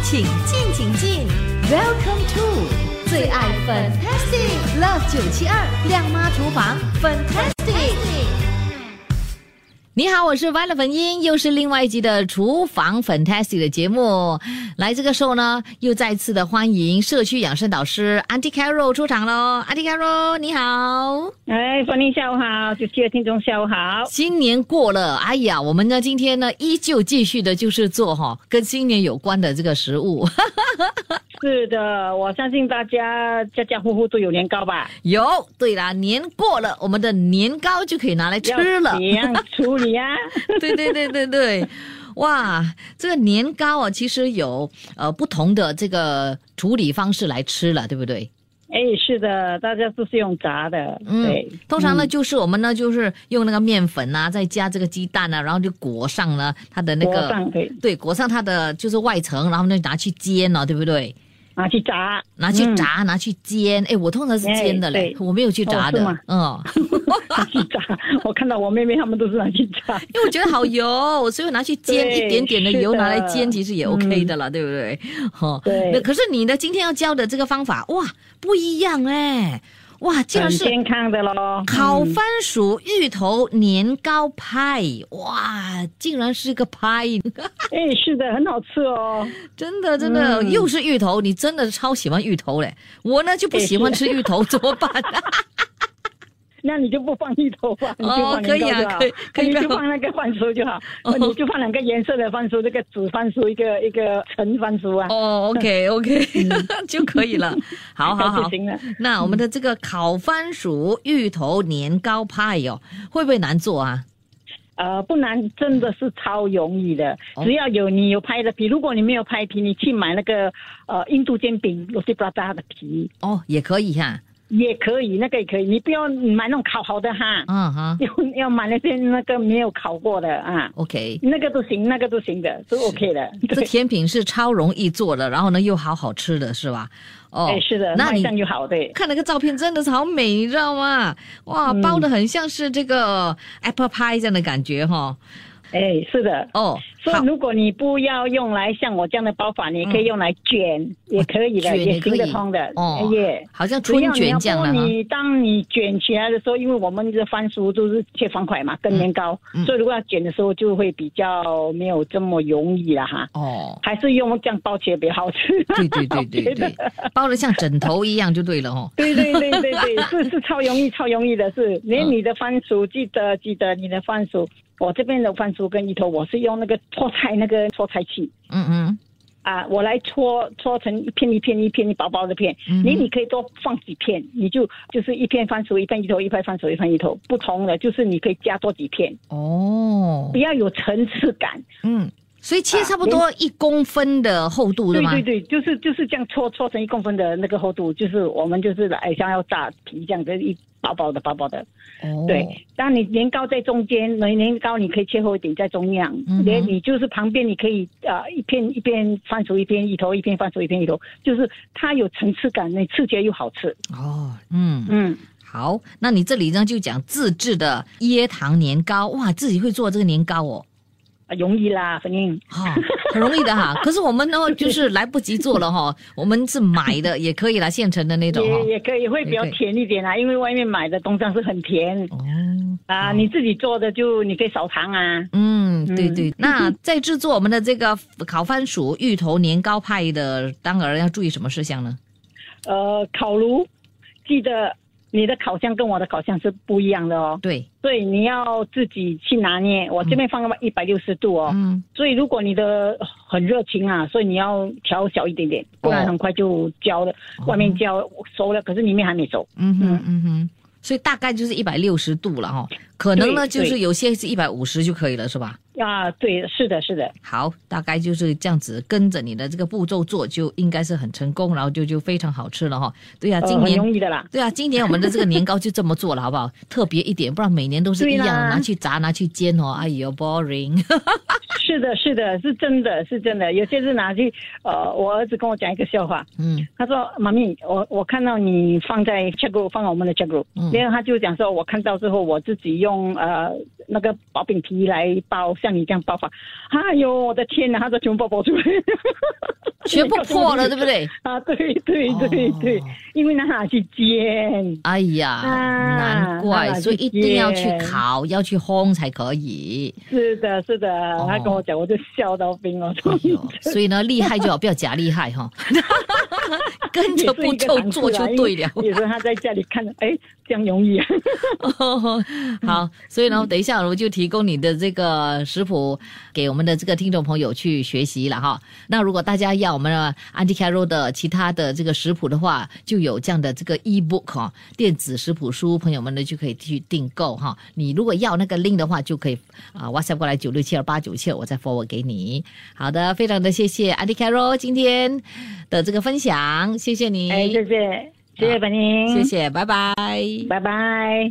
请进，请进。Welcome to 最爱 Fantastic Love 972亮妈厨房 Fantastic。你好，我是 Violet 粉英，又是另外一集的厨房 Fantastic 的节目。来这个时候呢，又再次的欢迎社区养生导师 Auntie Carol 出场咯。Auntie Carol 你好。 粉英下午好，主持的听众下午好。 新年过了，哎呀，我们呢今天呢依旧继续的就是做跟新年有关的这个食物。 是的，我相信大家家家户户都有年糕吧？ 有，对啦，年过了，我们的年糕就可以拿来吃了。 怎样处理啊？ 对。哇，这个年糕啊，其实有不同的这个处理方式来吃了，对不对？ 是的，大家都是用炸的。对， 通常呢就是我们呢就是用那个面粉啊，再加这个鸡蛋啊，然后就裹上了它的那个裹上它的就是外层，然后呢拿去煎了，对不对？ 拿去炸， 拿去煎。我通常是煎的嘞，我没有去炸的。 拿去炸，我看到我妹妹他们都是拿去炸， 因为我觉得好油，所以拿去煎，一点点的油拿来煎，其实也 OK 的了，对不对？ 对。 那可是你呢，今天要教的这个方法，哇，不一样哎。哇，竟然是很健康的咯！ 烤番薯芋头年糕派，哇，竟然是个派！ 是的，很好吃哦， 真的，又是芋头，你真的超喜欢芋头嘞！我呢就不喜欢吃芋头，怎么办？ 那你就不放芋头吧，你就放年糕就好。可以，你就放那个番薯就好。你就放两个颜色的番薯，这个紫番薯，一个橙番薯啊。 OK， 就可以了。好， 就行了。 那我们的这个烤番薯芋头年糕派会不会难做啊？ 不难，真的是超容易的。只要你有拍的皮，如果你没有拍皮，你去买那个印度煎饼 roti prata 的皮也可以哈。 也可以，那个也可以，你不要买那种烤好的哈，要买那些那个没有烤过的啊。 OK， 那个都行的，都 OK 的。 这甜品是超容易做的，然后呢又好吃的是吧？ 是的，那你就好。对， 看那个照片真的是好美，你知道吗？哇，包得很像是这个 apple pie 这样的感觉哈。 是的。所以如果你不要用来像我这样的包法，你可以用来卷，也可以的，也行得通的。 好像春卷这样的。 当你卷起来的时候，因为我们的番薯都是切方块嘛，跟年糕，所以如果要卷的时候就会比较没有这么容易了哈。还是用这样包起来比较好吃。 对，包得像枕头一样就对了对，是超容易的，是连你的番薯记得你的番薯。我这边的番薯跟芋头，我是用那个搓菜器。我来搓成一片薄薄的片。你可以多放几片，你就是一片番薯一片芋头，一片番薯一片芋头，不同的就是你可以加多几片。比较有层次感。 所以切差不多1公分的厚度的吗？ 对，就是这样搓成1公分的那个厚度，就是我们就是像要炸皮这样子薄薄的。对，当你年糕在中间，年糕你可以切厚一点在中央，你就是旁边你可以一片番薯一片芋头，一片番薯一片芋头，就是它有层次感，你吃起来又好吃。 好，那你这里呢就讲自制的椰糖年糕，哇，自己会做这个年糕哦。 容易啦，反正很容易的哈。可是我们呢，就是来不及做了哈。我们是买的也可以啦，现成的那种也可以，会比较甜一点啦，因为外面买的通常是很甜。你自己做的你可以少糖啊。 对。那在制作我们的这个烤番薯芋头年糕派的，当然要注意什么事项呢？ 烤炉记得。你的烤箱跟我的烤箱是不一样的哦。 对， 所以你要自己去拿捏。我这边放160度哦。所以如果你的很热情啊，所以你要调小一点点，不然很快就焦了。外面焦熟了，可是里面还没熟。 所以大概就是160度了哈。可能呢就是有些是150就可以了，是吧？ 对，是的。 好，大概就是这样子，跟着你的这个步骤做，就应该是很成功，然后就非常好吃了哈。对啊，今年很容易的啦。 对啊，今年我们的这个年糕就这么做了，好不好？特别一点，不然每年都是一样的，拿去炸，拿去煎哦。哎呦 ，boring。 是的，是真的。有些是拿去，我儿子跟我讲一个笑话。他说：“妈咪，我看到你放在 chat group， 放我们的 chat group，然后他就讲说，我看到之后我自己用那个薄饼皮来包，像你这样包法。哎呦，我的天哪，它就全部爆出来， 全部破了，对不对？ 啊，对，因为它去煎。 哎呀，难怪，所以一定要去烤，要去烘才可以。 是的，他跟我讲，我就笑到冰了。 所以呢，厉害就好，不要假厉害哈。跟着步骤做就对了。 有时候他在家里看，这样容易啊。 好，所以呢，等一下我就提供你的这个食谱给我们的这个听众朋友去学习了哈。那如果大家要我们的 Auntie Carol 的其他的这个食谱的话，就有这样的这个 ebook 哈，电子食谱书，朋友们呢就可以去订购哈。你如果要那个 link 的话，就可以WhatsApp 过来96728972，我再 forward 给你。好的，非常的谢谢 Auntie Carol 今天的这个分享，谢谢你。 谢谢本英， 谢谢，拜拜， 拜拜。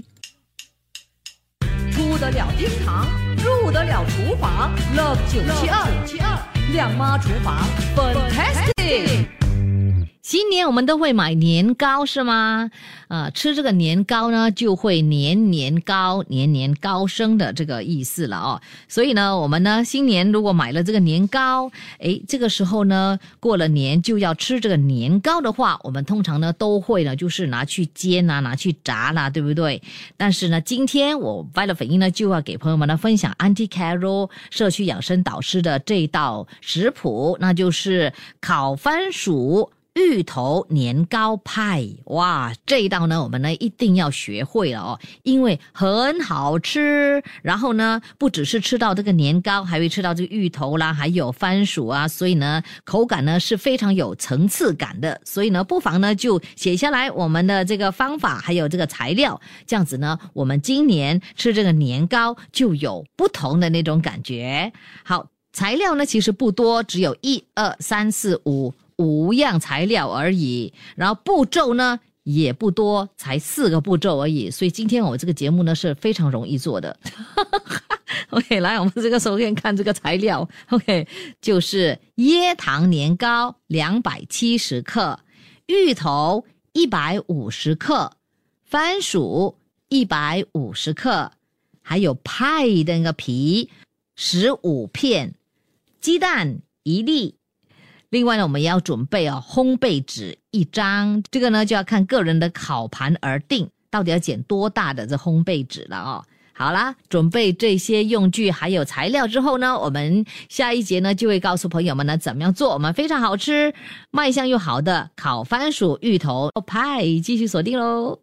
出得了厅堂，入得了厨房 ，Love 972亮妈厨房 ，Fantastic。 新年我们都会买年糕是吗？吃这个年糕呢，就会年年高，年年高升的这个意思了哦。所以呢，我们呢新年如果买了这个年糕，这个时候呢过了年就要吃这个年糕的话，我们通常呢都会呢就是拿去煎啊，拿去炸啦，对不对？但是呢，今天我Violet粉英呢就要给朋友们呢分享 Auntie Carol 社区养生导师的这道食谱，那就是烤番薯芋头年糕派。哇，这一道呢我们呢一定要学会了哦，因为很好吃，然后呢不只是吃到这个年糕，还会吃到这个芋头啦，还有番薯啊，所以呢口感呢是非常有层次感的。所以呢不妨呢就写下来我们的这个方法还有这个材料，这样子呢我们今年吃这个年糕就有不同的那种感觉。好，材料呢其实不多，只有1、2、3、4、5样材料而已，然后步骤呢也不多，才4个步骤而已，所以今天我这个节目呢是非常容易做的。OK， 来我们这个首先看这个材料 ，OK， 就是椰糖年糕270克，芋头150克，番薯150克，还有派的那个皮15片，鸡蛋1粒。另外呢，我们也要准备烘焙纸1张，这个呢就要看个人的烤盘而定，到底要剪多大的这烘焙纸了哦。好啦，准备这些用具还有材料之后呢，我们下一节呢就会告诉朋友们呢怎么样做我们非常好吃、卖相又好的烤番薯芋头派，继续锁定咯。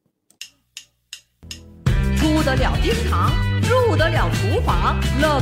出得了厅堂，入得了厨房 ，Love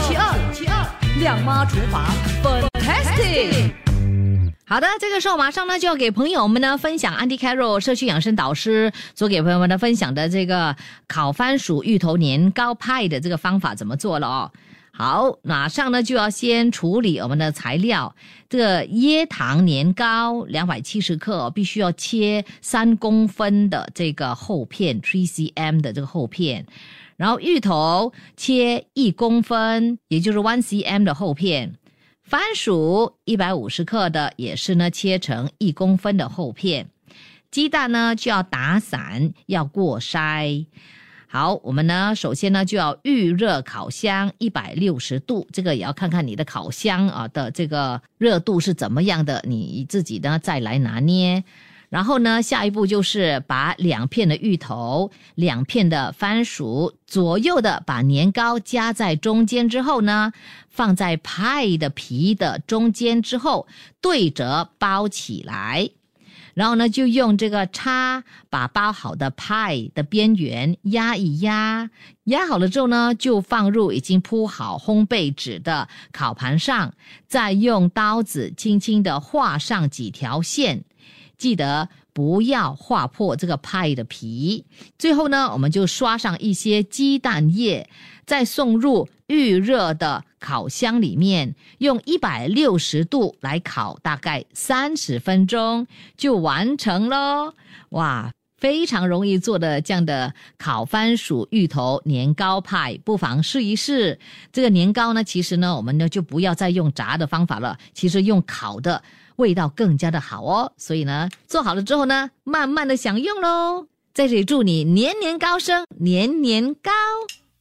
972亮妈厨房 ，Fantastic。 好的，这个时候马上呢就要给朋友们呢分享 Auntie Carol 社区养生导师所给朋友们呢分享的这个烤番薯芋头年糕派的这个方法怎么做了哦。好，马上呢就要先处理我们的材料。这个椰糖年糕270克，必须要切3公分的这个厚片 3cm 的这个厚片，然后芋头切1公分，也就是 1cm 的厚片。番薯150克的也是呢切成1公分的厚片，鸡蛋呢就要打散，要过筛。好，我们呢首先呢就要预热烤箱160度，这个也要看看你的烤箱的这个热度是怎么样的，你自己呢再来拿捏。然后呢下一步就是把2片的芋头、2片的番薯左右的把年糕夹在中间之后呢，放在派的皮的中间之后对折包起来，然后呢就用这个叉把包好的派的边缘压一压，压好了之后呢就放入已经铺好烘焙纸的烤盘上，再用刀子轻轻的画上几条线，记得不要划破这个派的皮。最后呢我们就刷上一些鸡蛋液，再送入预热的烤箱里面，用160度来烤大概30分钟就完成咯。哇，非常容易做的这样的烤番薯芋头年糕派，不妨试一试。这个年糕呢其实呢我们呢就不要再用炸的方法了，其实用烤的味道更加的好哦。所以呢做好了之后呢慢慢的享用咯。在这里祝你年年高升，年年高。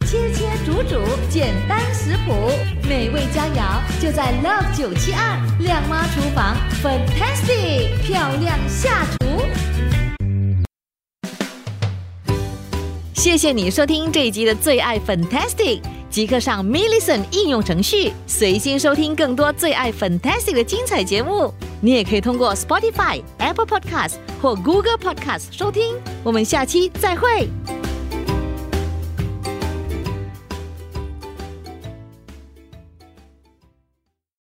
切切煮煮，简单食谱，美味佳肴就在 Love 972亮妈厨房 Fantastic 漂亮下厨。 谢谢你收听这一集的最爱 Fantastic， 即刻上 MeListen 应用程序，随心收听更多最爱 Fantastic 的精彩节目。你也可以通过 Spotify、Apple Podcast 或 Google Podcast 收听。我们下期再会。